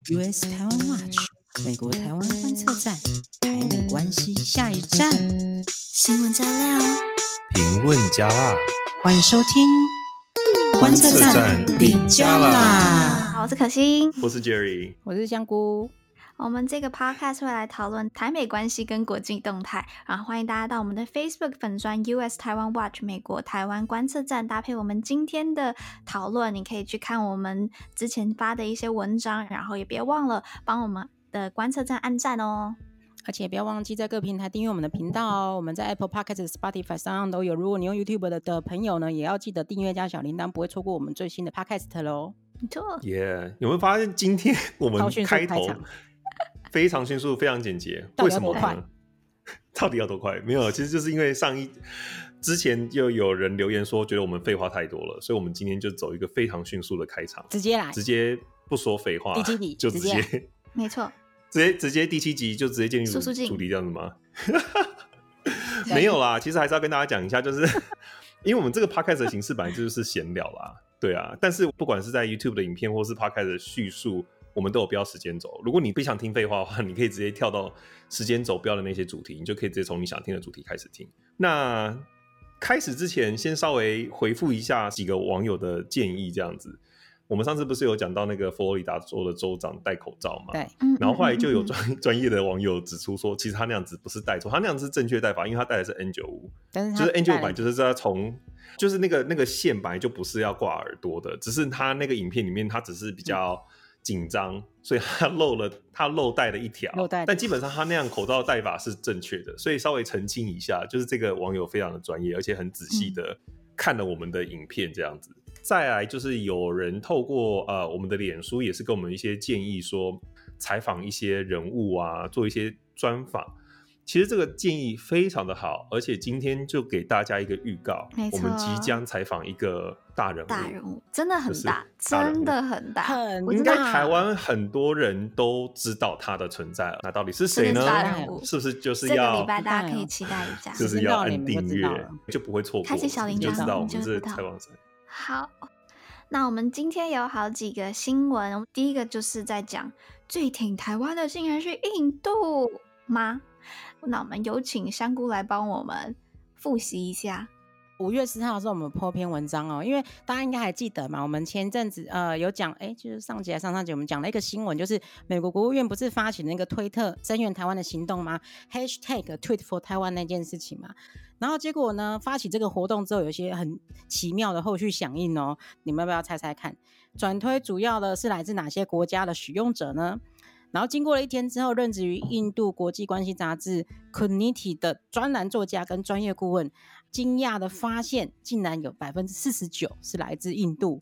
US 台湾 Watch 美国台湾观测站，台美关系下一站， 新闻加料， 评论加辣， 欢迎收听观测站底加啦。 好，我是可心， 我是 Jerry， 我是香菇。 我们这个 podcast 会来讨论台美关系跟国际动态，然后欢迎大家到我们的 Facebook 粉专 US 台湾 Watch 美国台湾观测站，搭配我们今天的讨论，你可以去看我们之前发的一些文章，然后也别忘了帮我们的观测站按赞哦。 而且不要忘记在各平台订阅我们的频道哦。我们在 Apple Podcast、Spotify 上都有。如果你用 YouTube 的朋友呢，也要记得订阅加小铃铛，不会错过我们最新的 Podcast 咯。 没错， 有没有发现今天我们开头非常迅速，非常简洁？为什么呢？到底要多快？没有，其实就是因为之前就有人留言说觉得我们废话太多了，所以我们今天就走一个非常迅速的开场， 直接来，直接不说废话， 第7集就直接， 没错， 直接第7集就直接进入主题这样子吗？没有啦，其实还是要跟大家讲一下，就是因为我们这个 podcast 的形式本来就是闲聊啦，对啊，但是不管是在 YouTube 的影片或是 podcast 的叙述，我们都有标时间轴。如果你不想听废话的话，你可以直接跳到时间轴标的那些主题，你就可以直接从你想听的主题开始听。那开始之前，先稍微回复一下几个网友的建议，这样子。我们上次不是有讲到那个佛罗里达州的州长戴口罩吗？ 对。 然后后来就有专业的网友指出说，其实他那样子不是戴错，他那样子是正确戴法，因为他戴的是 N95，就是 N95 版就是他就是那个线本来就不是要挂耳朵的，只是他那个影片里面他只是比较紧张，所以他漏戴了一条，但基本上他那样口罩戴法是正确的，所以稍微澄清一下，就是这个网友非常的专业，而且很仔细的看了我们的影片这样子。再来就是有人透过我们的脸书也是给我们一些建议，说采访一些人物啊，做一些专访。其实这个建议非常的好，而且今天就给大家一个预告，我们即将采访一个大人物， 真的很大，真的很大， 应该台湾很多人都知道他的存在了。那到底是谁呢？是不是就是要这个礼拜大家可以期待一下， 就是要按订阅，就不会错过， 开启小铃铛， 你就知道我们是采访谁。 好，那我们今天有好几个新闻，第一个就是在讲最挺台湾的竟然是印度吗？那我们有请香菇来帮我们复习一下。 5月10号的时候我们po篇文章哦，因为大家应该还记得嘛，我们前阵子有讲，就是上集还上集我们讲了一个新闻，就是美国国务院不是发起那个推特声援台湾的行动吗？ #tweet for Taiwan 那件事情嘛，然后结果呢，发起这个活动之后有一些很奇妙的后续响应哦，你们要不要猜猜看？转推主要的是来自哪些国家的使用者呢？然后经过了1天之后，任职于印度国际关系杂志 Kuniti 的专栏作家跟专业顾问惊讶的发现，竟然有 49% 是来自印度，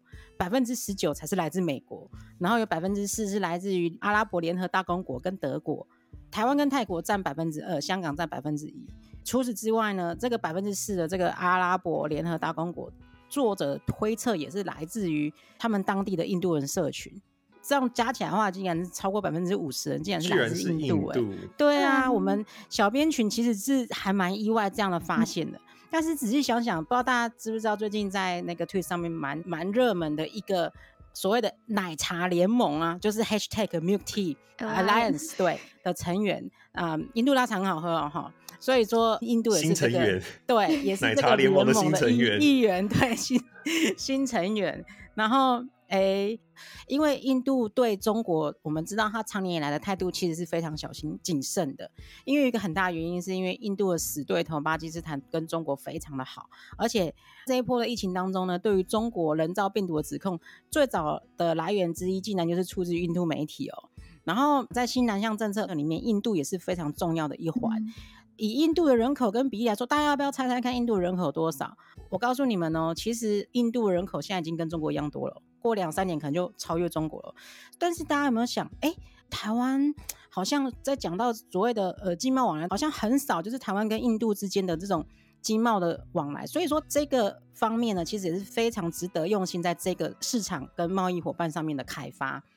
19% 才是来自美国，然后有 4% 是来自于阿拉伯联合大公国跟德国，台湾跟泰国占 2%， 香港占 1%。 除此之外呢，这个 4% 的这个阿拉伯联合大公国，作者推测也是来自于他们当地的印度人社群，这样加起来的话，竟然是超过 50% 人竟然是来自印度。对啊，我们小编群其实是还蛮意外这样的发现的。但是仔细想想，不知道大家知不知道，最近在那个 Twitter 上面蛮热门的一个所谓的奶茶联盟啊，就是 #MilkTea Alliance 对的成员，印度拉茶很好喝哦，所以说印度也是这个对，也是这个联盟的新成员，对，新成员。然后因为印度对中国，我们知道他常年以来的态度其实是非常小心谨慎的，因为一个很大的原因是因为印度的死对头巴基斯坦跟中国非常的好，而且这一波的疫情当中呢，对于中国人造病毒的指控最早的来源之一竟然就是出自于印度媒体哦。然后在新南向政策里面，印度也是非常重要的一环。以印度的人口跟比例来说，大家要不要猜猜看印度的人口有多少？我告诉你们哦，其实印度的人口现在已经跟中国一样多了，过2-3年可能就超越中国了。但是大家有没有想，台湾好像在讲到所谓的经贸往来，好像很少就是台湾跟印度之间的这种经贸的往来，所以说这个方面呢，其实也是非常值得用心在这个市场跟贸易伙伴上面的开发。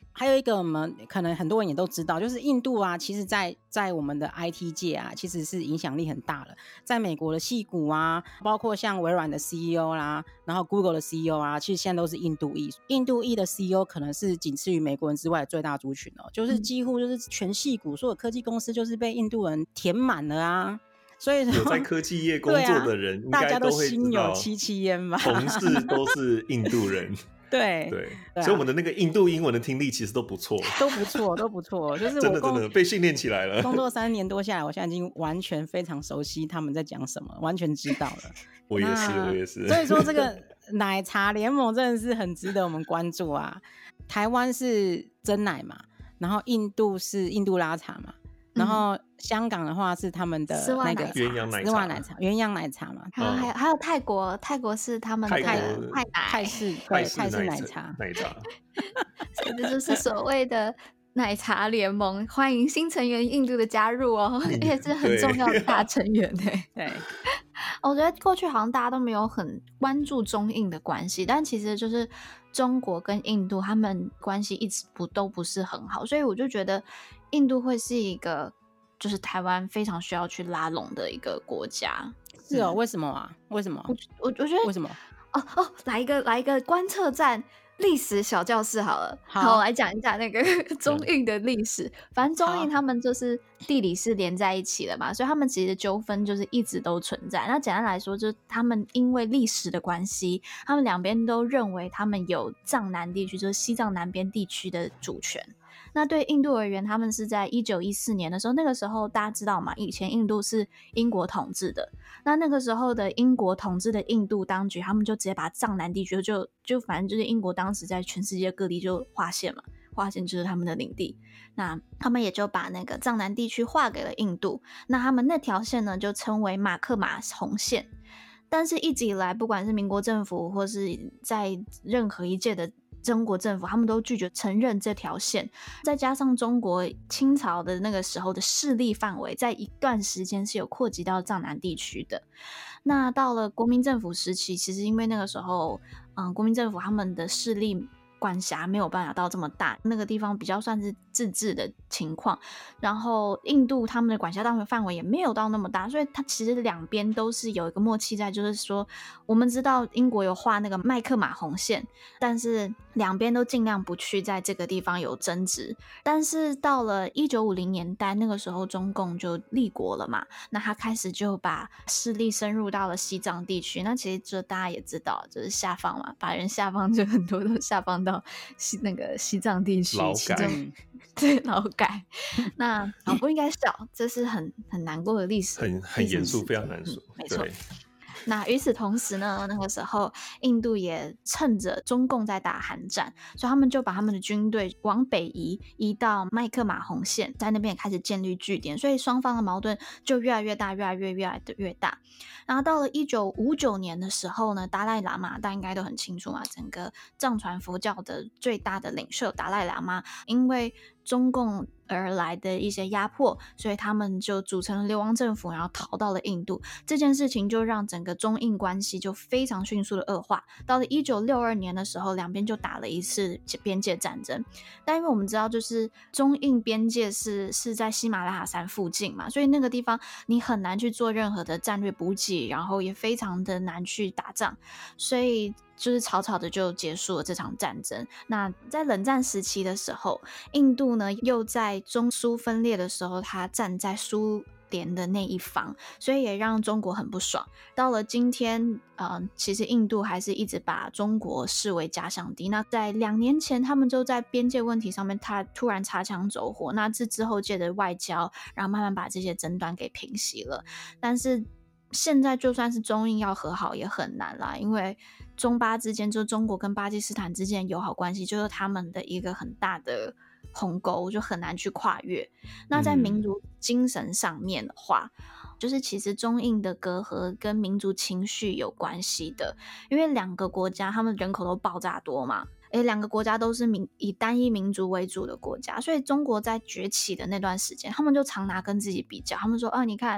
还有一个我们可能很多人也都知道，就是印度啊，其实在我们的 IT 界啊，其实是影响力很大了。在美国的矽谷啊，包括像微软的 CEO 啦，然后 Google 的 CEO 啊，其实现在都是印度裔。印度裔的 CEO 可能是仅次于美国人之外的最大族群哦，就是几乎就是全矽谷所有科技公司就是被印度人填满了啊。所以有在科技业工作的人应该都会知道， 心有戚戚焉吧。 同事都是印度人。 对， 所以我们的那个印度英文的听力其实都不错， 都不错，就是我真的被训练起来了。 工作3年多下来，我现在已经完全非常熟悉他们在讲什么，完全知道了。 我也是。 所以说这个奶茶联盟真的是很值得我们关注啊。台湾是真奶嘛，然后印度是印度拉茶嘛。然后香港的话是他们的那个鸳鸯奶茶， 鸳鸯奶茶嘛。 还有泰国是他们的泰式奶茶。 所以这就是所谓的奶茶联盟，欢迎新成员印度的加入哦，也是很重要的大成员对。 我觉得过去好像大家都没有很关注中印的关系，但其实就是中国跟印度他们关系一直都不是很好，所以我就觉得印度会是一个就是台湾非常需要去拉拢的一个国家。 是哦，为什么啊？为什么？ 我觉得为什么？ 来一个观测站历史小教室好了。好，我来讲一下那个中印的历史。反正中印他们就是地理是连在一起的嘛，所以他们其实纠纷就是一直都存在。那简单来说，就是他们因为历史的关系，他们两边都认为他们有藏南地区，就是西藏南边地区的主权。那对印度而言，他们是在1914年的时候，那个时候大家知道嘛，以前印度是英国统治的。那个时候的英国统治的印度当局，他们就直接把藏南地区就反正就是英国当时在全世界各地就划线嘛，划线就是他们的领地。那他们也就把那个藏南地区划给了印度。那他们那条线呢，就称为马克马洪线。但是一直以来，不管是民国政府或是在任何一届的中国政府，他们都拒绝承认这条线。再加上中国清朝的那个时候的势力范围，在一段时间是有扩及到藏南地区的。那到了国民政府时期，其实因为那个时候，国民政府他们的势力管辖没有办法到这么大，那个地方比较算是自治的情况，然后印度他们的管辖范围也没有到那么大，所以它其实两边都是有一个默契在，就是说我们知道英国有画那个麦克马洪线，但是两边都尽量不去在这个地方有争执。但是到了1950年代，那个时候中共就立国了嘛，那他开始就把势力深入到了西藏地区。那其实就大家也知道，就是下放嘛，把人下放就很多都下放到西藏地区， 劳改。 对，劳改。那不应该笑，这是很难过的历史， 很严肃，非常难说。 没错。那与此同时呢，那个时候印度也趁着中共在打韩战，所以他们就把他们的军队往北移到麦克马洪线，在那边也开始建立据点，所以双方的矛盾就越来越大，越来越大。然后到了1959年的时候呢，达赖喇嘛大家应该都很清楚嘛，整个藏传佛教的最大的领袖达赖喇嘛，因为中共而来的一些压迫，所以他们就组成了流亡政府，然后逃到了印度。这件事情就让整个中印关系就非常迅速的恶化。到了1962年的时候，两边就打了一次边界战争。但因为我们知道，就是中印边界是在喜马拉雅山附近嘛，所以那个地方你很难去做任何的战略补给，然后也非常的难去打仗，所以就是草草的就结束了这场战争。那在冷战时期的时候，印度呢又在中苏分裂的时候，他站在苏联的那一方，所以也让中国很不爽。到了今天，其实印度还是一直把中国视为假想敌。那在2年前，他们就在边界问题上面，他突然擦枪走火。那这之后借的外交，然后慢慢把这些争端给平息了。但是现在就算是中印要和好也很难啦，因为中巴之间，就中国跟巴基斯坦之间友好关系，就是他们的一个很大的鸿沟，就很难去跨越。那在民族精神上面的话，就是其实中印的隔阂跟民族情绪有关系的，因为两个国家他们人口都爆炸多嘛，两个国家都是以单一民族为主的国家，所以中国在崛起的那段时间，他们就常拿跟自己比较，他们说你看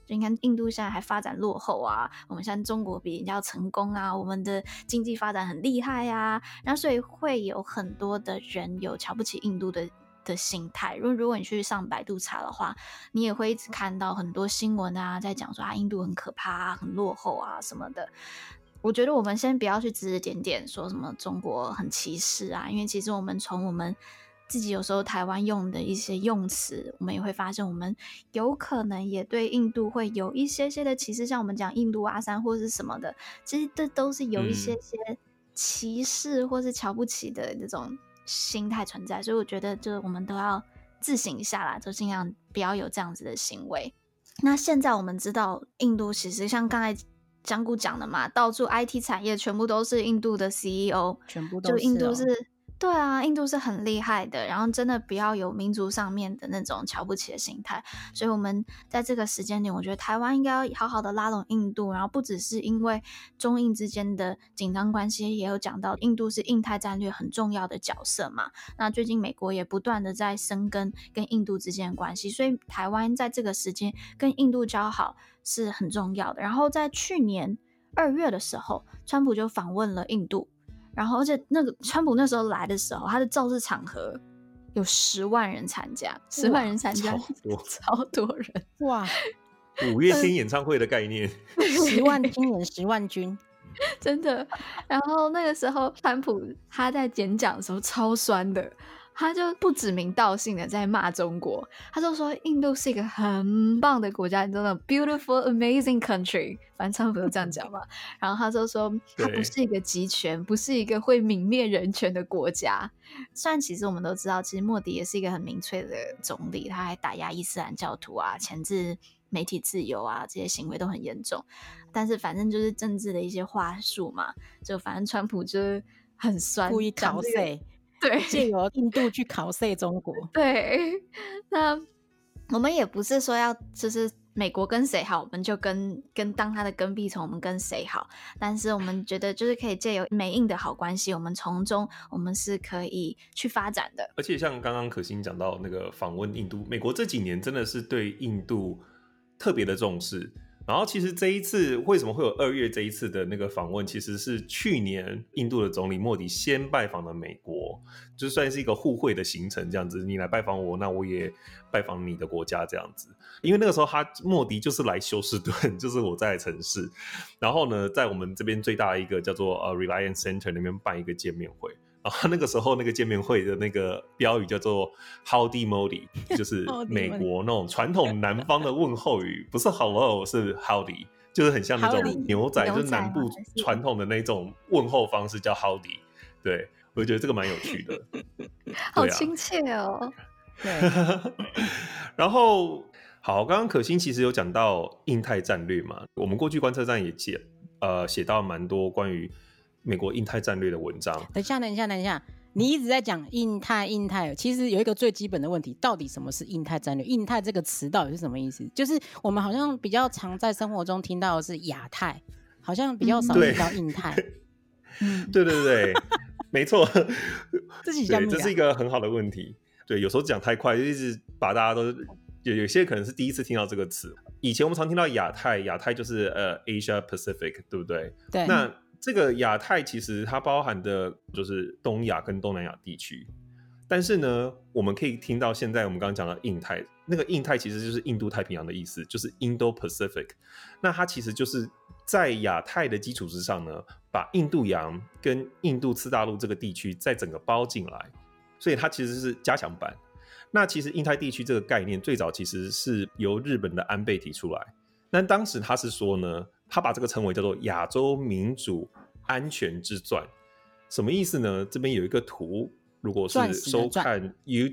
就你看印度现在还发展落后啊，我们现在中国比人家要成功啊，我们的经济发展很厉害啊，然后所以会有很多的人有瞧不起印度的心态。如果你去上百度查的话，你也会一直看到很多新闻啊，在讲说啊印度很可怕啊，很落后啊什么的。我觉得我们先不要去指指点点说什么中国很歧视啊，因为其实我们从我们自己有时候台湾用的一些用词，我们也会发现我们有可能也对印度会有一些些的歧视，像我们讲印度阿三或是什么的，其实这都是有一些些歧视或是瞧不起的这种心态存在，所以我觉得就我们都要自省一下啦，就尽量不要有这样子的行为。那现在我们知道印度其实像刚才江姑讲的嘛，到处 IT 产业全部都是印度的 CEO， 全部都是、 就印度是对啊，印度是很厉害的，然后真的不要有民族上面的那种瞧不起的心态。所以我们在这个时间点，我觉得台湾应该要好好的拉拢印度，然后不只是因为中印之间的紧张关系，也有讲到印度是印太战略很重要的角色嘛。那最近美国也不断的在深耕跟印度之间的关系，所以台湾在这个时间跟印度交好是很重要的。然后在去年2月的时候，川普就访问了印度。然后，而且那个川普那时候来的时候，他的造势场合有10万人参加，10万人参加，超多人哇 ！5月天演唱会的概念 ，10万军人10万军， 真的。然后那个时候，川普他在演讲的时候超酸的。他就不指名道姓的在骂中国，他就说印度是一个很棒的国家，真的 beautiful amazing country， 反正川普都这样讲嘛。然后他就说他不是一个集权，不是一个会泯灭人权的国家。虽然其实我们都知道，其实莫迪也是一个很民粹的总理，他还打压伊斯兰教徒啊，钳制媒体自由啊，这些行为都很严重。但是反正就是政治的一些话术嘛，就反正川普就是很酸， 故意搞谁。 对， 借由印度去考试中国。 对，那我们也不是说要就是美国跟谁好，我们就跟当他的跟屁虫，我们跟谁好。但是我们觉得就是可以借由美印的好关系，我们从中我们是可以去发展的。 而且像刚刚可心讲到那个访问印度，美国这几年真的是对印度特别的重视。然后其实这一次为什么会有2月这一次的那个访问，其实是去年印度的总理莫迪先拜访了美国，就算是一个互惠的行程这样子，你来拜访我，那我也拜访你的国家这样子。因为那个时候莫迪就是来休斯顿，就是我在的城市，然后呢在我们这边最大的一个叫做Reliance Center 那边办一个见面会。然后那个时候那个见面会的那个标语叫做 Howdy Modi， 就是美国那种传统南方的问候语，不是 Hello 是 Howdy， 就是很像那种牛仔，就是南部传统的那种问候方式叫 Howdy。 对，我觉得这个蛮有趣的好亲切哦。 对然后好，刚刚可心其实有讲到印太战略嘛，我们过去观测站也写到蛮多关于美国印太战略的文章。 等一下，你一直在讲印太，其实有一个最基本的问题，到底什么是印太战略？印太这个词到底是什么意思？就是我们好像比较常在生活中听到的是亚太，好像比较少听到印太。 对，没错， 对， 这是一个很好的问题。对，有时候讲太快，就一直把大家都有些可能是第一次听到这个词。以前我们常听到亚太就是Asia Pacific， 对不对？ 对。 那这个亚太其实它包含的就是东亚跟东南亚地区，但是呢，我们可以听到现在我们刚刚讲的印太，那个印太其实就是印度太平洋的意思，就是 Indo-Pacific。那它其实就是在亚太的基础之上呢，把印度洋跟印度次大陆这个地区再整个包进来，所以它其实是加强版。那其实印太地区这个概念最早其实是由日本的安倍提出来，那当时他是说呢，他把这个称为叫做亚洲民主安全之钻。什么意思呢？这边有一个图，如果是收看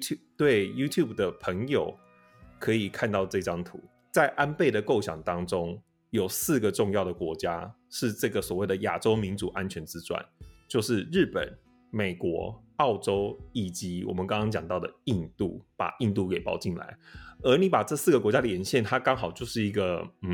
YouTube 的朋友可以看到这张图。在安倍的构想当中，有4个重要的国家是这个所谓的亚洲民主安全之钻，就是日本、美国、澳洲以及我们刚刚讲到的印度，把印度给包进来。而你把这4个国家连线，它刚好就是一个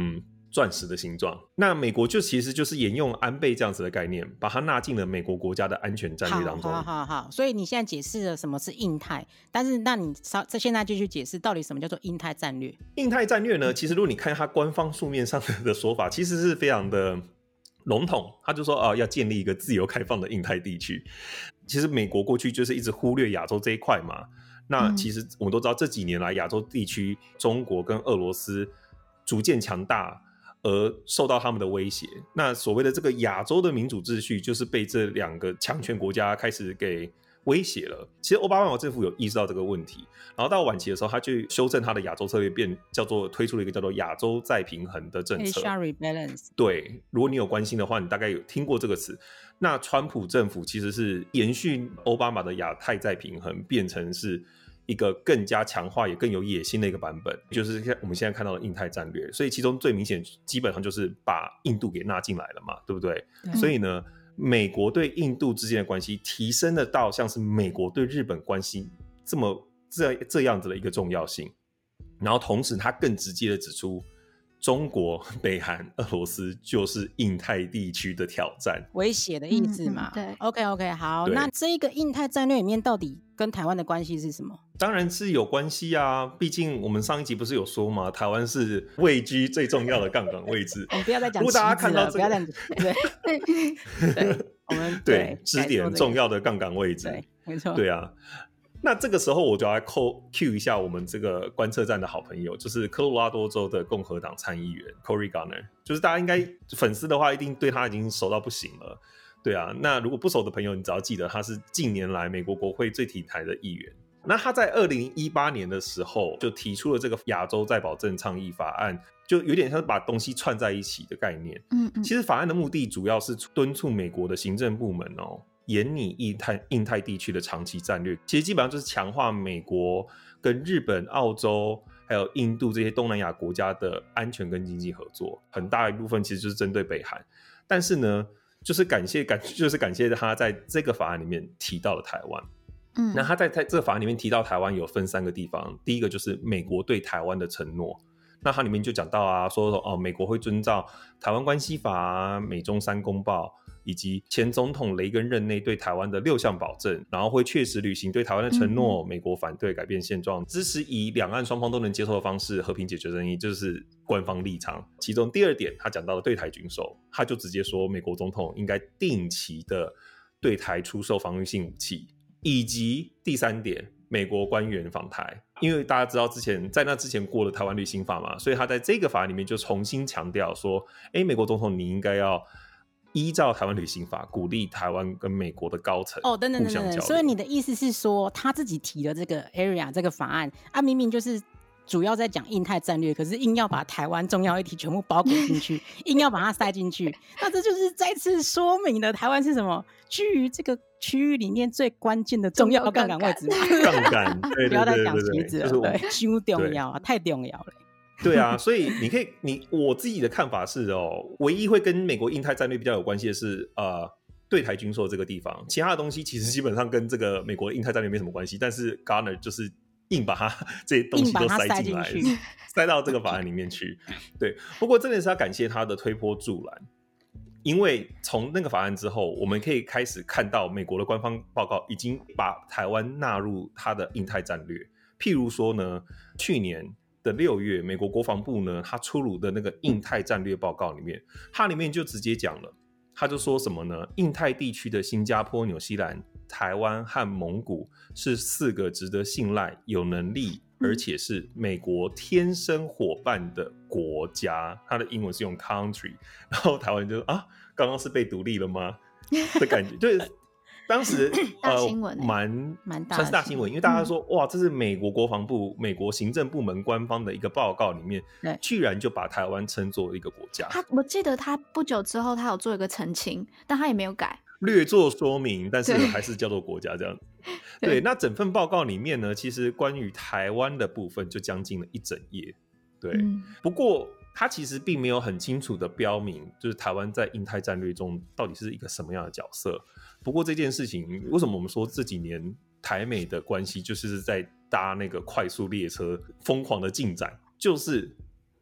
钻石的形状。那美国就其实就是沿用安倍这样子的概念，把它纳进了美国国家的安全战略当中。 好，所以你现在解释了什么是印太，但是那你现在继续解释到底什么叫做印太战略。 印太战略呢，其实如果你看它官方书面上的说法，其实是非常的笼统，他就说要建立一个自由开放的印太地区。其实美国过去就是一直忽略亚洲这一块嘛，那其实我们都知道这几年来亚洲地区中国跟俄罗斯逐渐强大而受到他们的威胁，那所谓的这个亚洲的民主秩序就是被这两个强权国家开始给威胁了。其实奥巴马政府有意识到这个问题，然后到晚期的时候他就修正他的亚洲策略，推出了一个叫做亚洲再平衡的政策。 Asia Rebalance。 对，如果你有关心的话，你大概有听过这个词。那川普政府其实是延续奥巴马的亚太再平衡，变成是一个更加强化也更有野心的一个版本，就是我们现在看到的印太战略。所以其中最明显基本上就是把印度给纳进来了嘛，对不对？所以呢，美国对印度之间的关系提升了到像是美国对日本关系这样子的一个重要性。然后同时他更直接的指出，中国、北韩、俄罗斯就是印太地区的挑战， 威胁的意思嘛。 对 OK 好，那这个印太战略里面到底跟台湾的关系是什么？ 当然是有关系啊，毕竟我们上一集不是有说吗？台湾是位居最重要的杠杆位置。 我们不要再讲如果大家看到这个， 不要再对，我们对支点重要的杠杆位置， 对，没错， 对啊。那这个时候我就要 cue 一下我们这个观测站的好朋友，就是科罗拉多州的共和党参议员 Cory Gardner， 就是大家应该粉丝的话一定对他已经熟到不行了。对啊，那如果不熟的朋友，你只要记得他是近年来美国国会最挺台的议员。那他在2018年的时候就提出了这个亚洲再保证倡议法案，就有点像是把东西串在一起的概念。其实法案的目的主要是敦促美国的行政部门研拟印太地区的长期战略，其实基本上就是强化美国跟日本、澳洲还有印度这些东南亚国家的安全跟经济合作，很大一部分其实就是针对北韩。但是呢，就是感谢他在这个法案里面提到了台湾。那他在这个法案里面提到台湾有分3个地方，第一个就是美国对台湾的承诺。那它里面就讲到啊，说美国会遵照台湾关系法啊、美中3公报以及前总统雷根任内对台湾的6项保证，然后会确实履行对台湾的承诺。美国反对改变现状，支持以两岸双方都能接受的方式和平解决争议，就是官方立场。其中第2点他讲到了对台军售，他就直接说美国总统应该定期的对台出售防御性武器，以及第3点美国官员访台。因为大家知道在那之前过了台湾旅行法嘛，所以他在这个法案里面就重新强调说，美国总统你应该要依照台湾旅行法鼓励台湾跟美国的高层互相交流。 所以你的意思是说他自己提了这个 area 这个法案啊，明明就是主要在讲印太战略，可是硬要把台湾重要议题全部包裹进去硬要把它塞进去，那这就是再次说明了台湾是什么居于这个区域里面最关键的重要杠杆位置嘛。 杠杆，对对对对对， 不要再讲棋子了，对，太重要啊，太重要了。 对啊，所以我自己的看法是唯一会跟美国印太战略比较有关系的是对台军售这个地方，其他的东西其实基本上跟这个美国的印太战略没什么关系，但是 Gardner 就是硬把它这些东西都塞进来，塞到这个法案里面去。对，不过真的是要感谢他的推波助澜，因为从那个法案之后，我们可以开始看到美国的官方报告已经把台湾纳入他的印太战略。譬如说呢，去年的6月，美国国防部呢，他出炉的那个印太战略报告里面，它里面就直接讲了，他就说什么呢？印太地区的新加坡、纽西兰、台湾和蒙古是4个值得信赖、有能力，而且是美国天生伙伴的国家。他的英文是用 country， 然后台湾就刚刚是被独立了吗的感觉，就是当时大新闻蛮大的， 算是大新闻，因为大家说哇，这是美国国防部、美国行政部门官方的一个报告里面，居然就把台湾称作一个国家。 我记得他不久之后他有做一个澄清，但他也没有改， 略作说明，但是还是叫做国家这样。对，那整份报告里面呢，其实关于台湾的部分就将近了1整页。对，不过他其实并没有很清楚的标明，就是台湾在印太战略中到底是一个什么样的角色。不过这件事情，为什么我们说这几年台美的关系就是在搭那个快速列车疯狂的进展，就是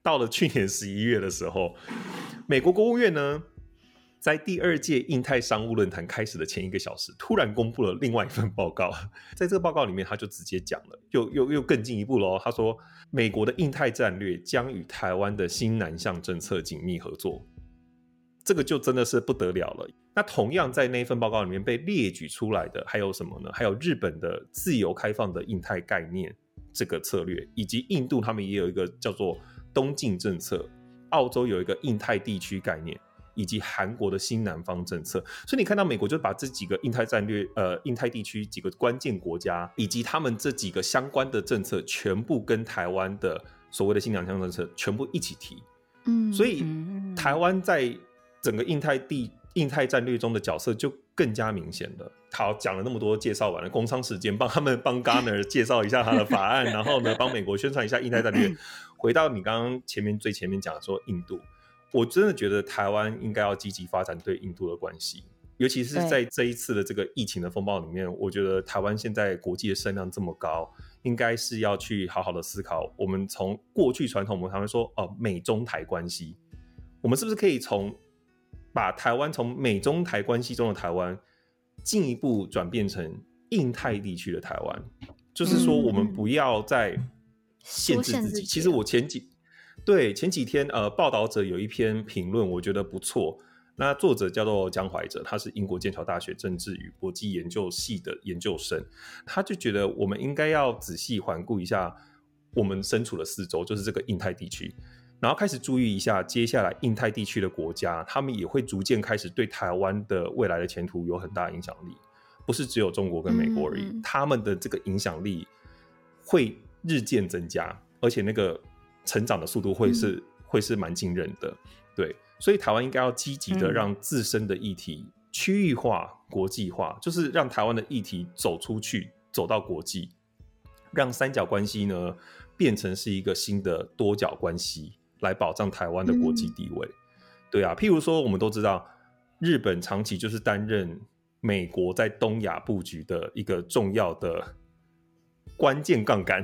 到了去年11月的时候，美国国务院呢，在第2届印太商务论坛开始的前1个小时，突然公布了另外一份报告。在这个报告里面，他就直接讲了，又更进一步了。他说，美国的印太战略将与台湾的新南向政策紧密合作。这个就真的是不得了了。那同样在那份报告里面被列举出来的还有什么呢？还有日本的自由开放的印太概念这个策略，以及印度他们也有一个叫做东进政策，澳洲有一个印太地区概念，以及韩国的新南方政策。所以你看到美国就把这几个印太战略印太地区几个关键国家以及他们这几个相关的政策全部跟台湾的所谓的新南向政策全部一起提。所以台湾在整个印太战略中的角色就更加明显了。好，讲了那么多，介绍完了，工商时间帮 Garner 介绍一下他的法案，然后呢帮美国宣传一下印太战略。回到你刚刚最前面讲的说印度，我真的觉得台湾应该要积极发展对印度的关系，尤其是在这一次的这个疫情的风暴里面，我觉得台湾现在国际的声量这么高，应该是要去好好的思考，我们从过去传统我们常会说美中台关系，我们是不是可以把台湾从美中台关系中的台湾进一步转变成印太地区的台湾，就是说我们不要再限制自己。其实我前几天报道者有一篇评论我觉得不错，那作者叫做江怀哲，他是英国剑桥大学政治与国际研究系的研究生，他就觉得我们应该要仔细环顾一下我们身处的四周，就是这个印太地区，然后开始注意一下接下来印太地区的国家，他们也会逐渐开始对台湾的未来的前途有很大影响力，不是只有中国跟美国而已，他们的这个影响力会日渐增加，而且那个成长的速度会是蛮惊人的。对，所以台湾应该要积极的让自身的议题区域化、国际化，就是让台湾的议题走出去，走到国际，让三角关系呢变成是一个新的多角关系，来保障台湾的国际地位。对啊，譬如说我们都知道日本长期就是担任美国在东亚布局的一个重要的关键杠杆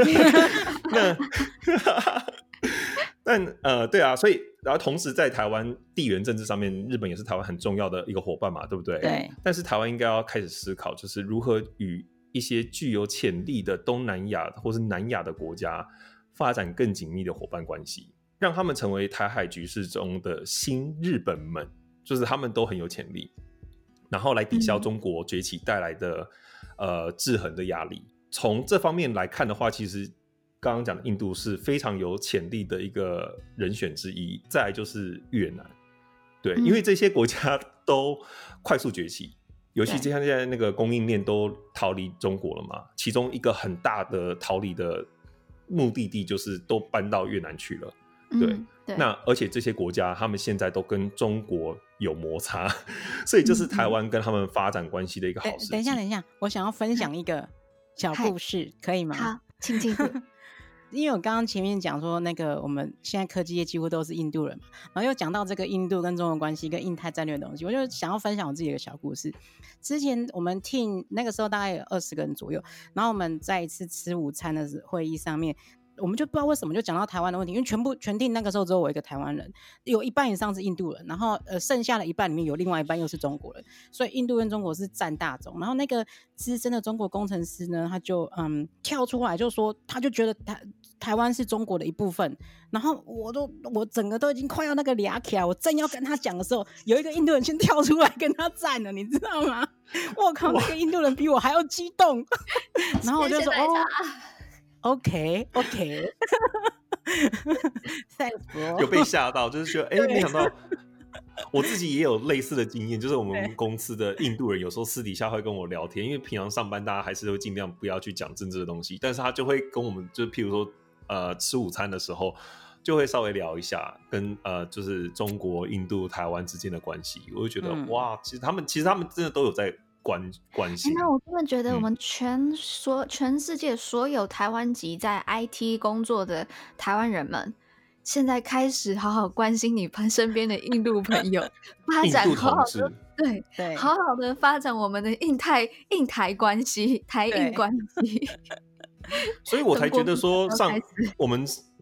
对啊，所以然后同时在台湾地缘政治上面，日本也是台湾很重要的一个伙伴嘛，对不对？ 对。 但是台湾应该要开始思考，就是如何与一些具有潜力的东南亚或是南亚的国家发展更紧密的伙伴关系，让他们成为台海局势中的新日本们，就是他们都很有潜力，然后来抵消中国崛起带来的制衡的压力。从这方面来看的话，其实刚刚讲的印度是非常有潜力的一个人选之一，再来就是越南。对，因为这些国家都快速崛起，尤其现在那个供应链都逃离中国了嘛，其中一个很大的逃离的目的地就是都搬到越南去了。对，那而且这些国家他们现在都跟中国有摩擦，所以这是台湾跟他们发展关系的一个好时机。 等一下，我想要分享一个小故事，可以吗？ 好，请因为我刚刚前面讲说，那个我们现在科技业几乎都是印度人嘛，然后又讲到这个印度跟中国关系跟印太战略的东西，我就想要分享我自己的小故事。之前我们 team 那个时候大概有20个人左右，然后我们在一次吃午餐的会议上面，我们就不知道为什么就讲到台湾的问题，因为全 team 那个时候只有我一个台湾人，有一半以上是印度人，然后剩下的一半里面有另外一半又是中国人，所以印度跟中国是占大宗。然后那个资深的中国工程师呢，他就跳出来就说，他就觉得台湾是中国的一部分，然后我整个都已经快要那个俩起来，我正要跟他讲的时候，有一个印度人先跳出来跟他站了，你知道吗？我靠，那个印度人比我还要激动，然后我就说OK Thanks bro 有被吓到，就是觉得没想到我自己也有类似的经验，就是我们公司的印度人有时候私底下会跟我聊天，因为平常上班大家还是会尽量不要去讲政治的东西，但是他就会跟我们就譬如说吃午餐的时候就会稍微聊一下跟就是中国、印度、台湾之间的关系，我就觉得哇，其实他们真的都有在关心。 那我真的觉得我们全世界所有台湾籍在 IT 工作的台湾人们，现在开始好好关心你身边的印度朋友，发展好好的对，好好的发展我们的印台关系、台印关系。 所以我才觉得说，我们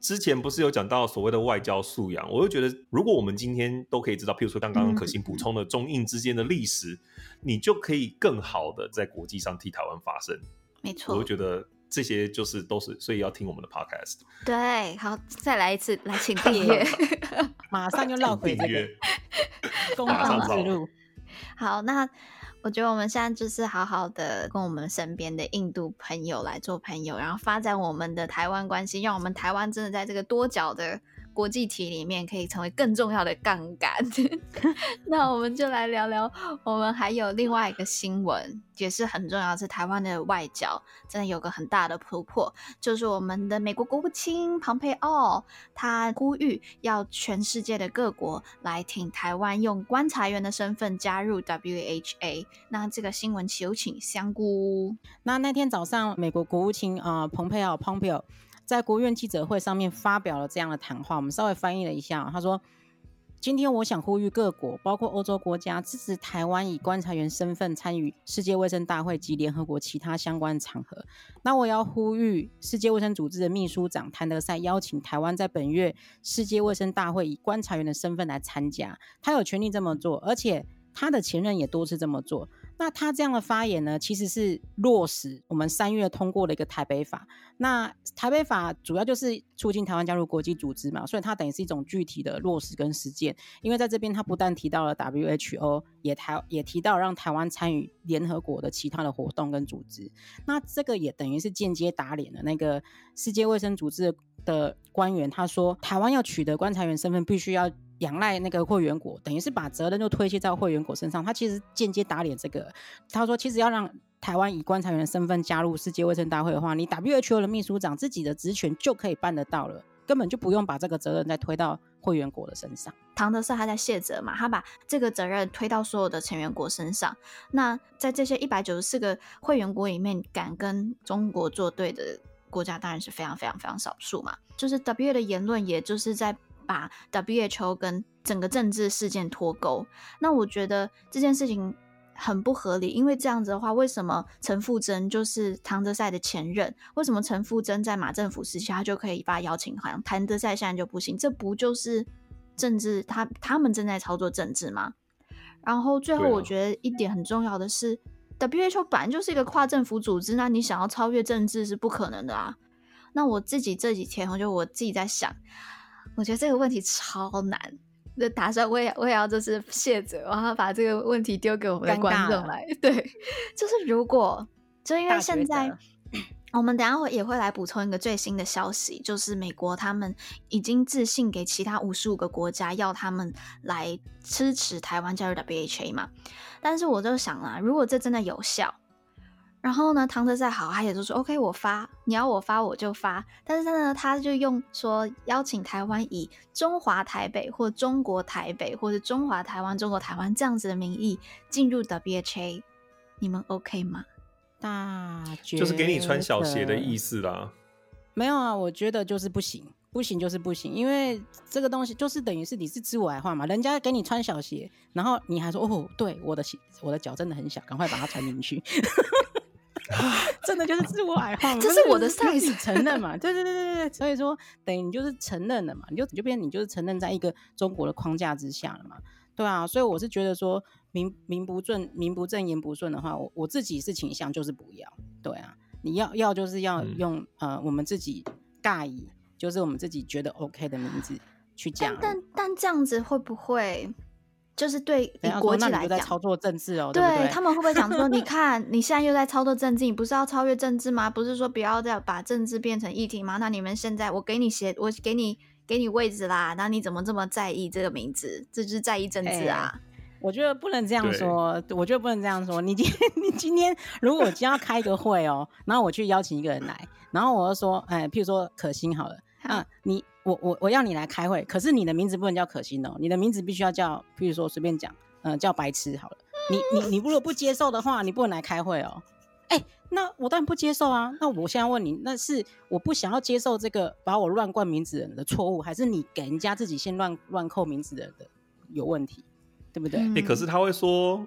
之前不是有讲到所谓的外交素养，我就觉得如果我们今天都可以知道，譬如说像刚刚可心补充的中印之间的历史，你就可以更好的在国际上替台湾发声。 没错， 我就觉得这些就是都是，所以要听我们的 podcast。 对，好，再来一次，来请订阅， 马上就绕回这个公道之路。 好，那我觉得我们现在就是好好的跟我们身边的印度朋友来做朋友，然后发展我们的台湾关系，让我们台湾真的在这个多角的国际体里面可以成为更重要的杠杆。那我们就来聊聊，我们还有另外一个新闻也是很重要，是台湾的外交真的有个很大的突破，就是我们的美国国务卿庞佩奥，他呼吁要全世界的各国来挺台湾用观察员的身份加入 WHA。 那这个新闻有请香菇。 那天早上美国国务卿蓬佩奥在国务院记者会上面发表了这样的谈话，我们稍微翻译了一下。他说，今天我想呼吁各国，包括欧洲国家，支持台湾以观察员身份参与世界卫生大会及联合国其他相关场合。那我要呼吁世界卫生组织的秘书长谭德赛邀请台湾在本月世界卫生大会以观察员的身份来参加，他有权利这么做，而且他的前任也多次这么做。那他这样的发言呢，其实是落实我们3月通过的一个台北法。那台北法主要就是促进台湾加入国际组织嘛，所以它等于是一种具体的落实跟实践。因为在这边他不但提到了 WHO， 也提到让台湾参与联合国的其他的活动跟组织。那这个也等于是间接打脸了那个世界卫生组织的官员，他说台湾要取得观察员身份必须要仰赖那个会员国，等于是把责任就推卸在会员国身上。他其实间接打脸这个。他说其实要让台湾以观察员的身份加入世界卫生大会的话，你 WHO 的秘书长自己的职权就可以办得到了，根本就不用把这个责任再推到会员国的身上。 唐德赛他在卸责嘛，他把这个责任推到所有的成员国身上。那在这些194个会员国里面，敢跟中国作对的国家当然是非常非常非常少数嘛。就是 WA 的言论也就是在把 WHO 跟整个政治事件脱钩。那我觉得这件事情很不合理，因为这样子的话，为什么陈富珍就是唐德赛的前任，为什么陈富珍在马政府时期他就可以把他邀请函，谭德赛现在就不行？这不就是政治，他们正在操作政治吗？然后最后我觉得一点很重要的是，WHO 本来就是一个跨政府组织，那你想要超越政治是不可能的啊。那我自己这几天我自己在想，我觉得这个问题超难，就打算我也要就是卸责，然后把这个问题丢给我们的观众来。对，就是如果就因为现在我们等一下也会来补充一个最新的消息，就是美国他们已经致信给其他55个国家，要他们来支持台湾加入 WHA 嘛。但是我就想啦，如果这真的有效，然后呢，唐德赛好，他也就说 OK， 我发，你要我发我就发。但是呢，他就用说邀请台湾以中华台北或中国台北或者中华台湾、中国台湾这样子的名义进入 WHA， 你们 OK 吗？ 大觉得就是给你穿小鞋的意思啦。 没有啊，我觉得就是不行，不行就是不行，因为这个东西就是等于是你是自我矮化嘛，人家给你穿小鞋，然后你还说哦，对，我的脚真的很小，赶快把它穿进去。真的就是自我矮化嘛， 这是我的 size， 承认嘛，对，所以说等于你就是承认了嘛，你就变成你就是承认在一个中国的框架之下了嘛，对啊，所以我是觉得说名不正言不顺的话，我自己是倾向就是不要，对啊，你要就是要用我们自己尬意，就是我们自己觉得 OK 的名字去加入， 但这样子会不会？就是对以国际来讲，那你就在操作政治哦， 对不对？ 他们会不会讲说，你看你现在又在操作政治，你不是要超越政治吗？不是说不要再把政治变成议题吗？那你们现在我给你位置啦，那你怎么这么在意这个名字？这就是在意政治啊！ 我觉得不能这样说，你今天如果我今天要开一个会哦，然后我去邀请一个人来，然后我就说，譬如说可心好了，我要你来开会，可是你的名字不能叫可心哦，你的名字必须要叫，譬如说随便讲，叫白痴好了。你如果不接受的话，你不能来开会哦。那我当然不接受啊。那我现在问你，那是我不想要接受这个把我乱冠名字的人的错误，还是你给人家自己先乱扣名字的人的有问题，对不对？ 可是他会说，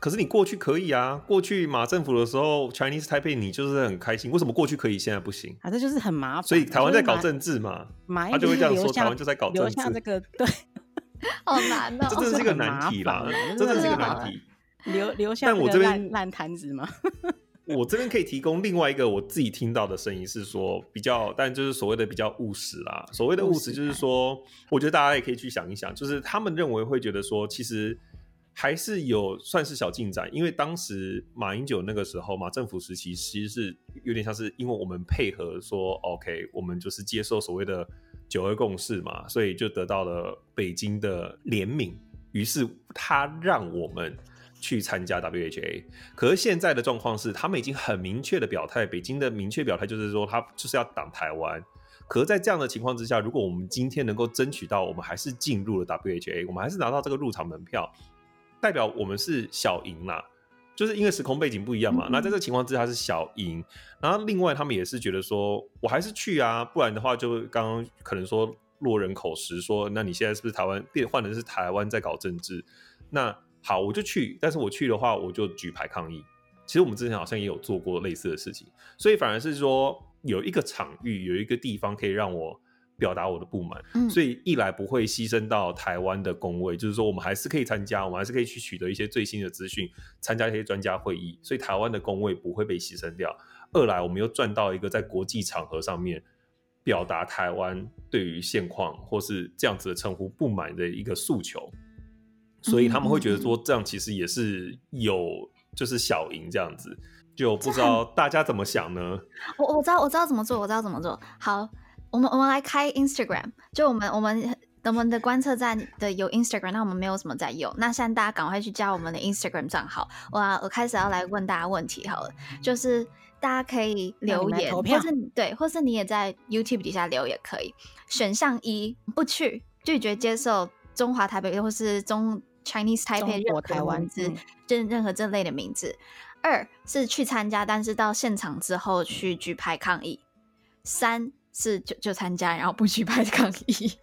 可是你过去可以啊，过去马政府的时候 Chinese Taipei 你就是很开心，为什么过去可以现在不行？ 这就是很麻烦。 所以台湾在搞政治嘛，他就会这样说，台湾就在搞政治， 留下这个对， 好难哦， 这真的是一个难题啦，这真的是一个难题。 留下这个烂摊子吗？ 我这边可以提供另外一个我自己听到的声音是说比较，但就是所谓的比较务实啦。所谓的务实就是说，我觉得大家也可以去想一想，就是他们认为会觉得说，其实还是有算是小进展，因为当时马英九那个时候马政府时期，其实是有点像是因为我们配合说 OK， 我们就是接受所谓的9·2共识嘛，所以就得到了北京的怜悯，于是他让我们去参加 WHA。 可是现在的状况是他们已经很明确的表态，北京的明确表态就是说他就是要挡台湾。可是在这样的情况之下，如果我们今天能够争取到我们还是进入了 WHA， 我们还是拿到这个入场门票，代表我们是小赢啦，就是因为时空背景不一样嘛，那在这个情况之下是小赢。然后另外他们也是觉得说我还是去啊，不然的话就刚刚可能说落人口实说，那你现在是不是台湾换的是台湾在搞政治，那好我就去，但是我去的话我就举牌抗议。其实我们之前好像也有做过类似的事情，所以反而是说有一个场域，有一个地方可以让我表达我的不满，所以一来不会牺牲到台湾的公卫，就是说我们还是可以参加，我们还是可以去取得一些最新的资讯，参加一些专家会议，所以台湾的公卫不会被牺牲掉。二来我们又赚到一个在国际场合上面表达台湾对于现况或是这样子的称呼不满的一个诉求，所以他们会觉得说这样其实也是有就是小赢这样子，就不知道大家怎么想呢？ 我知道怎么做，好，我们来开 Instagram， 就我们的观测站的有 Instagram， 那我们没有什么在用，那现在大家赶快去加我们的 Instagram 账号。我开始要来问大家问题好了，就是大家可以留言，或是你也在 YouTube 底下留也可以。选项1，不去，拒绝接受中华台北或是Chinese Taipei 任何台湾任何这类的名字。2是去参加，但是到现场之后去举牌抗议。3是就参加，然后不举牌抗议。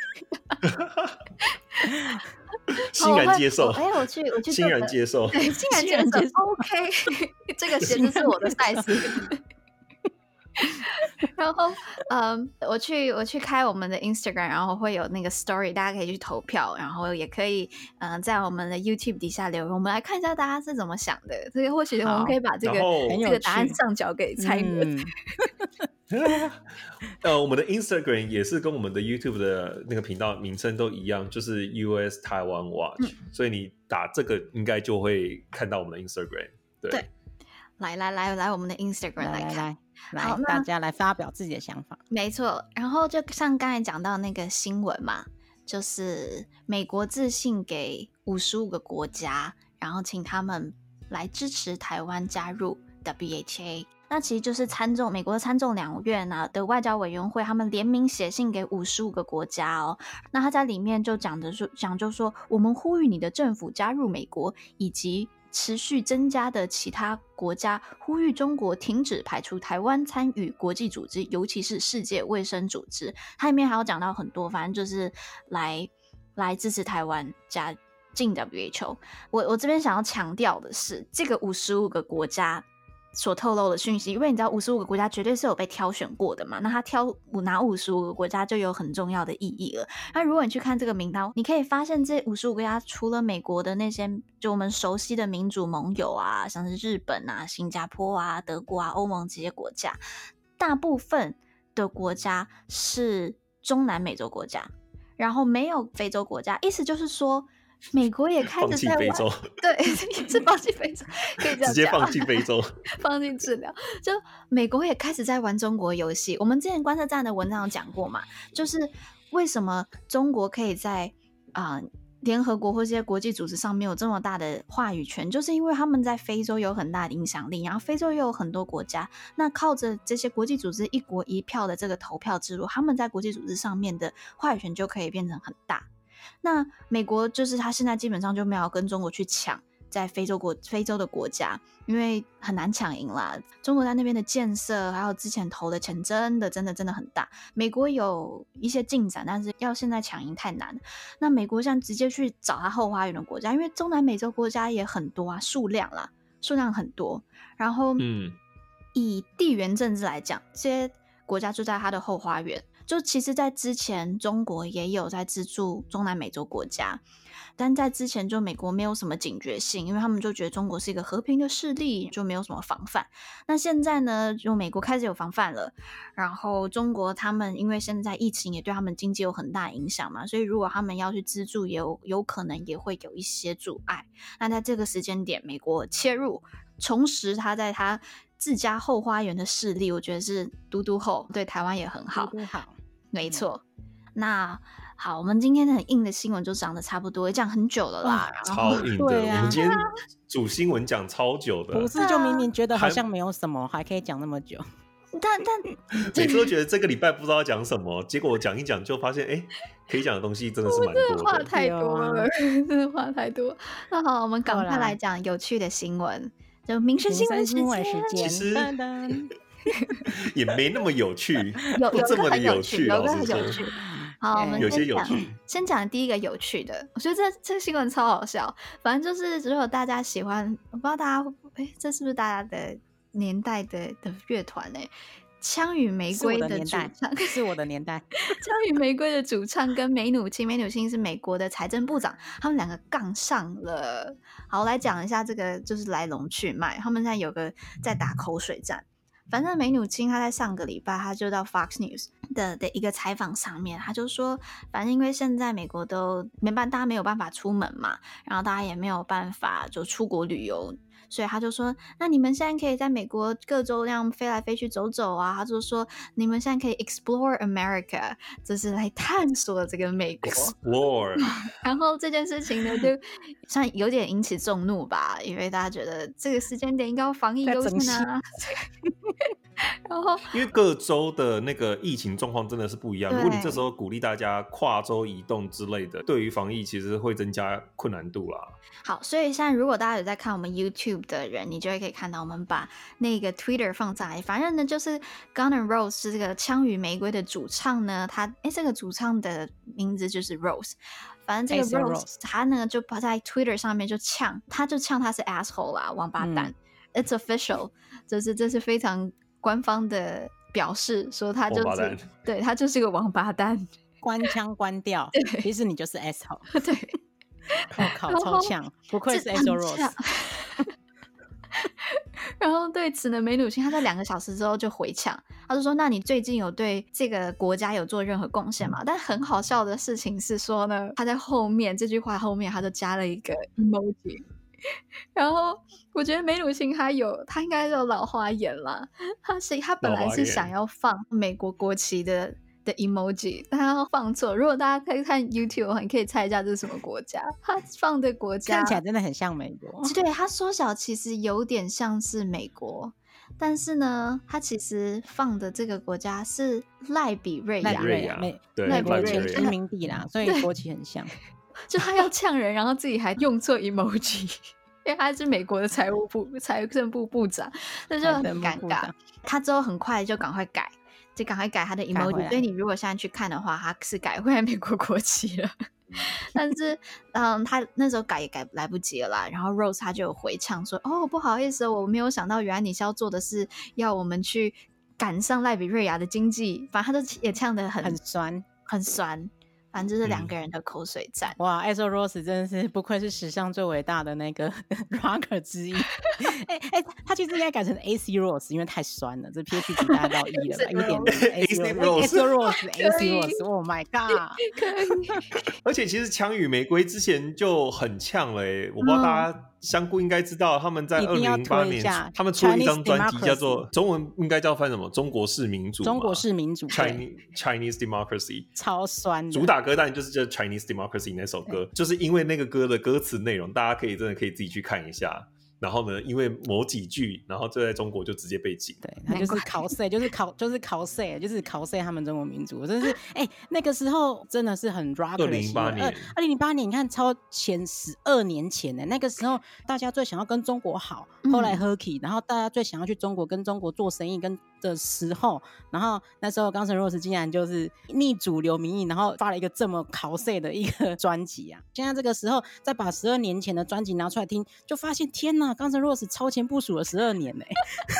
欣然接受。 我去欣然接受， 对，欣然接受。OK， 这个鞋子是我的 size。然后我去开我们的 Instagram， 然后会有那个 story， 大家可以去投票，然后也可以在我们的 YouTube 底下留言，我们来看一下大家是怎么想的，所以或许我们可以把这个答案上缴给蔡英文。 我们的 Instagram 也是跟我们的 YouTube 的那个频道名称都一样，就是 US Taiwan Watch，所以你打这个应该就会看到我们的 Instagram。 对， 来我们的 Instagram 来看， 来大家来发表自己的想法。 没错，然后就像刚才讲到那个新闻嘛，就是美国致信给55个国家，然后请他们来支持台湾加入 WHA。那其实就是美国的参众两院的外交委员会，他们联名写信给55个国家哦。那他在里面就讲就说，我们呼吁你的政府加入美国以及持续增加的其他国家，呼吁中国停止排除台湾参与国际组织，尤其是世界卫生组织。它里面还有讲到很多，反正就是来支持台湾加进 WHO。我这边想要强调的是，这个55个国家所透露的讯息，因为你知道55个国家绝对是有被挑选过的嘛，那他拿55个国家就有很重要的意义了。那如果你去看这个名单，你可以发现这55个国家除了美国的那些就我们熟悉的民主盟友啊，像是日本啊、新加坡啊、德国啊、欧盟这些国家，大部分的国家是中南美洲国家，然后没有非洲国家，意思就是说美国也开始在放弃非洲， 对，是放弃非洲，可以这样讲， 直接放弃非洲， 放弃治疗。就美国也开始在玩中国游戏。我们之前观测站的文章有讲过嘛，就是为什么中国可以在联合国或这些国际组织上面有这么大的话语权，就是因为他们在非洲有很大的影响力，然后非洲又有很多国家，那靠着这些国际组织一国一票的这个投票制度，他们在国际组织上面的话语权就可以变成很大。那美国就是他现在基本上就没有跟中国去抢在非洲的国家，因为很难抢赢啦。中国在那边的建设还有之前投的钱真的很大，美国有一些进展，但是要现在抢赢太难。那美国现在直接去找他后花园的国家，因为中南美洲国家也很多啊，数量很多，然后以地缘政治来讲，这些国家就在他的后花园。就其实在之前中国也有在资助中南美洲国家，但在之前就美国没有什么警觉性，因为他们就觉得中国是一个和平的势力，就没有什么防范。那现在呢，就美国开始有防范了，然后中国他们因为现在疫情也对他们经济有很大影响嘛，所以如果他们要去资助也有可能也会有一些阻碍。那在这个时间点美国切入重拾他在他自家后花园的势力，我觉得是嘟嘟后，对台湾也很好。 嘟嘟好， 没错。那好，我们今天很硬的新闻就讲的差不多，也讲很久了啦。 超硬的，我们今天主新闻讲超久的。 不是，就明明觉得好像没有什么，还可以讲那么久。 但每次都觉得这个礼拜不知道讲什么，结果我讲一讲就发现，可以讲的东西真的是蛮多的。 话太多了，真的话太多。那好，我们赶快来讲有趣的新闻。就民生新闻时间， 其实也没那么有趣， 有这么的有趣， 有个很有趣。好，我们有些有趣。 先讲第一个有趣的，我觉得这个新闻超好笑。反正就是如果大家喜欢，我不知道大家这是不是大家的年代的乐团呢？枪与玫瑰的主唱是我的年代， 枪与玫瑰的主唱跟梅努钦是美国的财政部长，他们两个杠上了。好，我来讲一下这个就是来龙去脉。他们现在有个在打口水战。反正梅努钦他在上个礼拜他就到 Fox News 的一个采访上面，他就说反正因为现在美国都大家没有办法出门嘛，然后大家也没有办法就出国旅游，所以他就说那你们现在可以在美国各州这样飞来飞去走走啊，他就说你们现在可以 explore America， 就是来探索这个美国 explore 然后这件事情呢就算有点引起众怒吧，因为大家觉得这个时间点应该要防疫优先啊然后因为各州的那个疫情状况真的是不一样，如果你这时候鼓励大家跨州移动之类的，对于防疫其实会增加困难度啦。 好，所以现在如果大家有在看我们 YouTube 的人，你就会可以看到我们把那个 Twitter 放上来。反正呢就是 Guns N' Roses 是这个枪与玫瑰的主唱呢，这个主唱的名字就是 Rose， 反正这个 Rose 他呢就在 Twitter 上面就呛他是 asshole 啦，王八蛋It's official， 这是非常官方的表示，说他就是对他就是个王八蛋， 关枪关掉，其实你就是 asshole 对， 我靠，超呛，不愧是 Axl Rose 然后对此呢，梅努钦他在2个小时之后就回呛，他就说那你最近有对这个国家有做任何贡献吗？但很好笑的事情是说呢，他在后面这句话后面他就加了一个 emoji，然后我觉得梅努钦他应该有老花眼啦，他本来是想要放美国国旗的 emoji， 但他放错。如果大家可以看 YouTube 你可以猜一下这是什么国家，他放的国家看起来真的很像美国， 对，他缩小其实有点像是美国，但是呢他其实放的这个国家是赖比瑞亚， 美国前殖民地啦，所以国旗很像就他要呛人，然后自己还用错 emoji， 因为他是美国的财政部部长，那就很尴尬。他之后很快就赶快改他的 emoji， 所以你如果现在去看的话，他是改回来美国国旗了。但是他那时候改也改来不及了啦，然后 Rose 他就有回呛说不好意思我没有想到原来你是要做的是要我们去赶上赖比瑞亚的经济，反正他就也呛得很酸，反正就是2个人的口水战。 哇 Axl Rose 真的是不愧是史上最伟大的那个 rocker 之一他其实应该改成 AC Rose， 因为太酸了，这 pH 值大概到1了吧 1.0 Axl Rose AC Rose Oh my god 而且其实枪与玫瑰之前就很呛了我不知道大家香菇应该知道，他们在2008年他们出了一张专辑叫做中文应该叫翻什么中国式民主 Chinese Democracy， 超酸的， 主打歌当然就是叫 Chinese Democracy 那首歌，就是因为那个歌的歌词内容大家真的可以自己去看一下， 然后呢，因为某几句，然后就在中国就直接被禁。 对，他就是考税，就是考税他们中国民族，真的是那个时候真的是很 rock 的新闻。2008年，你看超前12年前呢，那个时候大家最想要跟中国好，后来和气，然后大家最想要去中国跟中国做生意的时候，然后那时候Guns N' Roses竟然就是逆主流民意，然后发了一个这么考税的一个专辑啊！现在这个时候再把12年前的专辑拿出来听，就发现天哪，Guns N' Roses 超前部署了12年呢。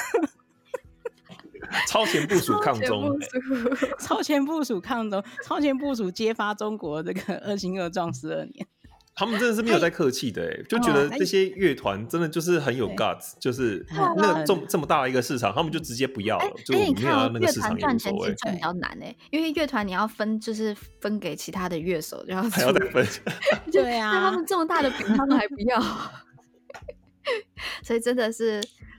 超前部署抗中， 超前部署抗中，超前部署揭发中国这个恶行恶状12年。 他们真的是没有在客气的就觉得这些乐团真的就是很有 guts， 就是那这么大的一个市场，他们就直接不要了。就我们没有要那个市场也无所谓。 乐团赚钱其实比较难因为乐团你要分给其他的乐手，就还要再分。 对啊， 那他们这么大的饼，他们还不要，所以真的是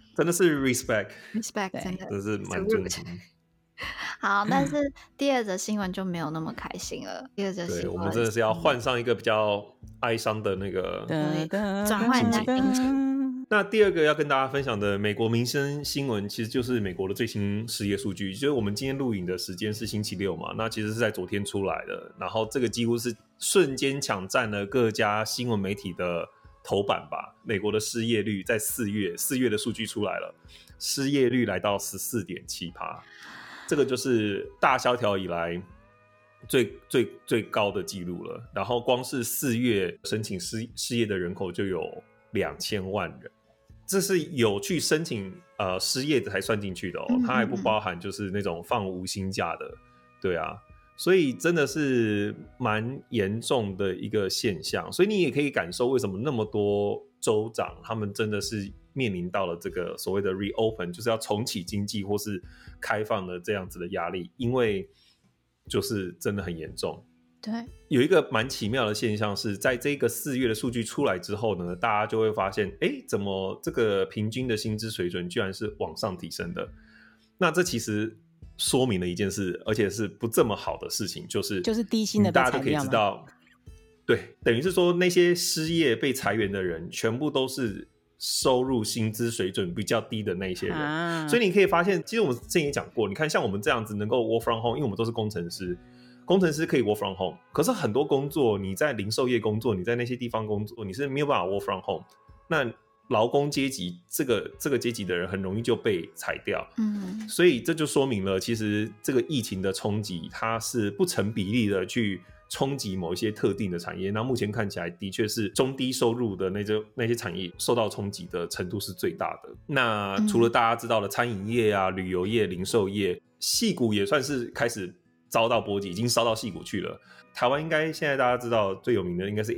respect， 真的是蛮尊敬。 好，但是第二则新闻就没有那么开心了。第二则新闻， 对，我们真的是要换上一个比较哀伤的那个转换一下心情。 那第二个要跟大家分享的美国民生新闻，其实就是美国的最新失业数据。就是我们今天录影的时间是星期六嘛，那其实是在昨天出来的，然后这个几乎是瞬间抢占了各家新闻媒体的头版吧。美国的失业率在4月的数据出来了，失业率来到 14.7%。这个就是大萧条以来最高的记录了。然后光是4月申请失业的人口就有2000万人，这是有去申请失业的才算进去的它还不包含就是那种放无薪假的。对啊，所以真的是蛮严重的一个现象。所以你也可以感受为什么那么多州长他们真的是面临到了这个所谓的 reopen， 就是要重启经济或是开放的这样子的压力，因为就是真的很严重。 对， 有一个蛮奇妙的现象是在这个4月的数据出来之后呢，大家就会发现怎么这个平均的薪资水准居然是往上提升的。那这其实说明了一件事，而且是不这么好的事情，就是低薪的被裁掉， 大家都可以知道，对，等于是说那些失业被裁员的人全部都是收入薪资水准比较低的那些人所以你可以发现，其实我们之前也讲过，你看像我们这样子能够 work from home， 因为我们都是工程师可以 work from home， 可是很多工作你在零售业工作，你在那些地方工作，你是没有办法 work from home， 那劳工阶级这个阶级的人很容易就被裁掉所以这就说明了其实这个疫情的冲击它是不成比例的去冲击某一些特定的产业。那目前看起来的确是中低收入的那些产业受到冲击的程度是最大的。那除了大家知道的餐饮业啊、旅游业、零售业，矽谷也算是开始遭到波及，已经烧到矽谷去了。台湾应该现在大家知道最有名的应该是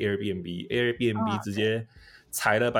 Airbnb 直接裁了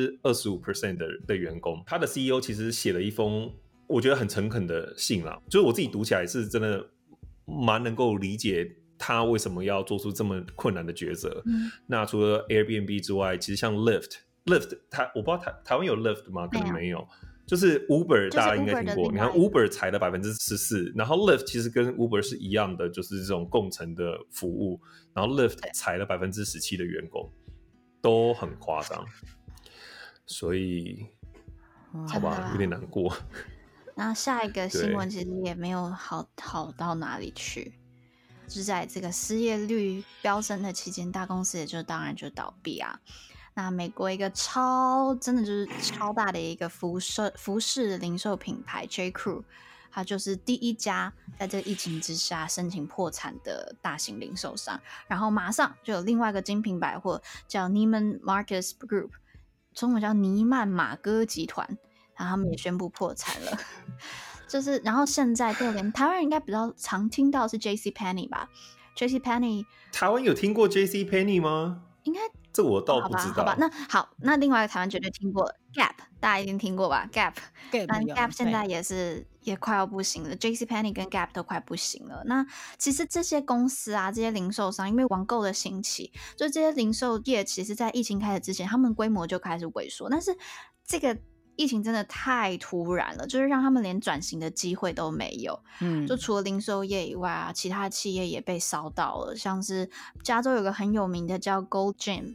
25% 的员工。他的 CEO 其实写了一封我觉得很诚恳的信啦，就是我自己读起来是真的蛮能够理解他为什么要做出这么困难的抉择那除了 Airbnb 之外，其实像 Lyft 我不知道台湾有 Lyft 吗？可能没有。就是 Uber 大家应该听过，你看 Uber 裁了 14%， 然后 Lyft 其实跟 Uber 是一样的，就是这种共乘的服务，然后 Lyft 裁了 17% 的员工，都很夸张，所以好吧，有点难过。 那下一个新闻其实也没有好到哪里去，就是在这个失业率飙升的期间，大公司也就当然就倒闭啊。那美国一个真的就是超大的一个服饰零售品牌 J.Crew， 它就是第一家在这个疫情之下申请破产的大型零售商，然后马上就有另外一个精品百货叫 Neiman Marcus Group， 中文叫尼曼马哥集团，然后他们也宣布破产了。就是然后现在就连台湾人应该比较常听到是 JCPenney 吧 ，JCPenney 台湾有听过 JCPenney 吗？ 应该这我倒不知道。 好吧，那另外一个台湾绝对听过 Gap， 大家一定听过吧 ？Gap 现在也快要不行了 ，JCPenney 跟 Gap 都快不行了。那其实这些公司啊，这些零售商，因为网购的兴起，就这些零售业其实在疫情开始之前，他们规模就开始萎缩，但是这个疫情真的太突然了，就是让他们连转型的机会都没有。就除了零售业以外啊，其他企业也被烧到了，像是加州有个很有名的叫 Gold Gym，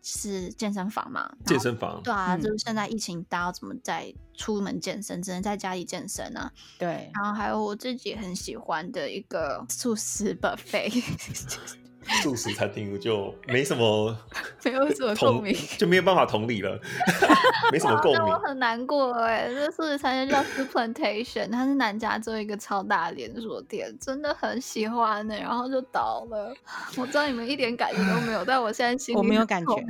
是健身房嘛， 健身房， 对啊，就是现在疫情大家要怎么在出门健身，只能在家里健身啊。 对， 然后还有我自己很喜欢的一个素食 buffet 素食餐厅就没什么没有什么共鸣， 就没有办法同理了没什么共鸣。 我很难过这素食餐厅叫 Supplantation 它是南加州一个超大连锁店，真的很喜欢然后就倒了。我知道你们一点感觉都没有，但我现在心里我没有感觉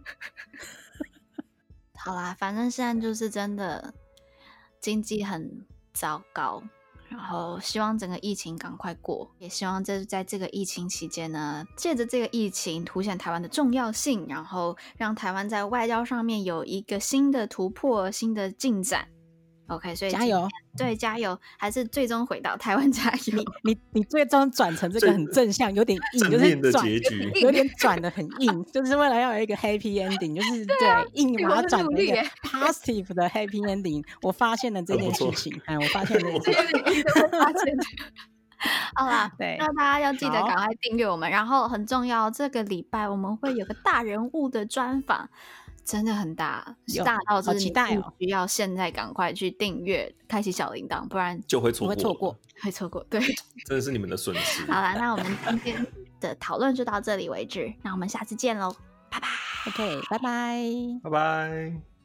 好啦，反正现在就是真的经济很糟糕，然后希望整个疫情赶快过，也希望在这个疫情期间呢，借着这个疫情凸显台湾的重要性，然后让台湾在外交上面有一个新的突破、新的进展。OK， 所以加油， 对，加油，还是最终回到台湾加油。 你最终转成这个很正向，有点硬， 正面的结局， 有点转的很硬，就是为了要有一个 happy ending， 就是对硬把它转成一个 positive 的 happy ending。我发现了这件事情，我发现了这件事情。 好啦， 对， 那大家要记得赶快订阅我们，然后很重要，这个礼拜我们会有个大人物的专访。真的很大，大到就是你必须要现在赶快去订阅，开启小铃铛，不然就会错过，会错过。对， 真的是你们的损失。 好啦，那我们今天的讨论就到这里为止，那我们下次见喽，拜拜。 OK， 拜拜， 拜拜。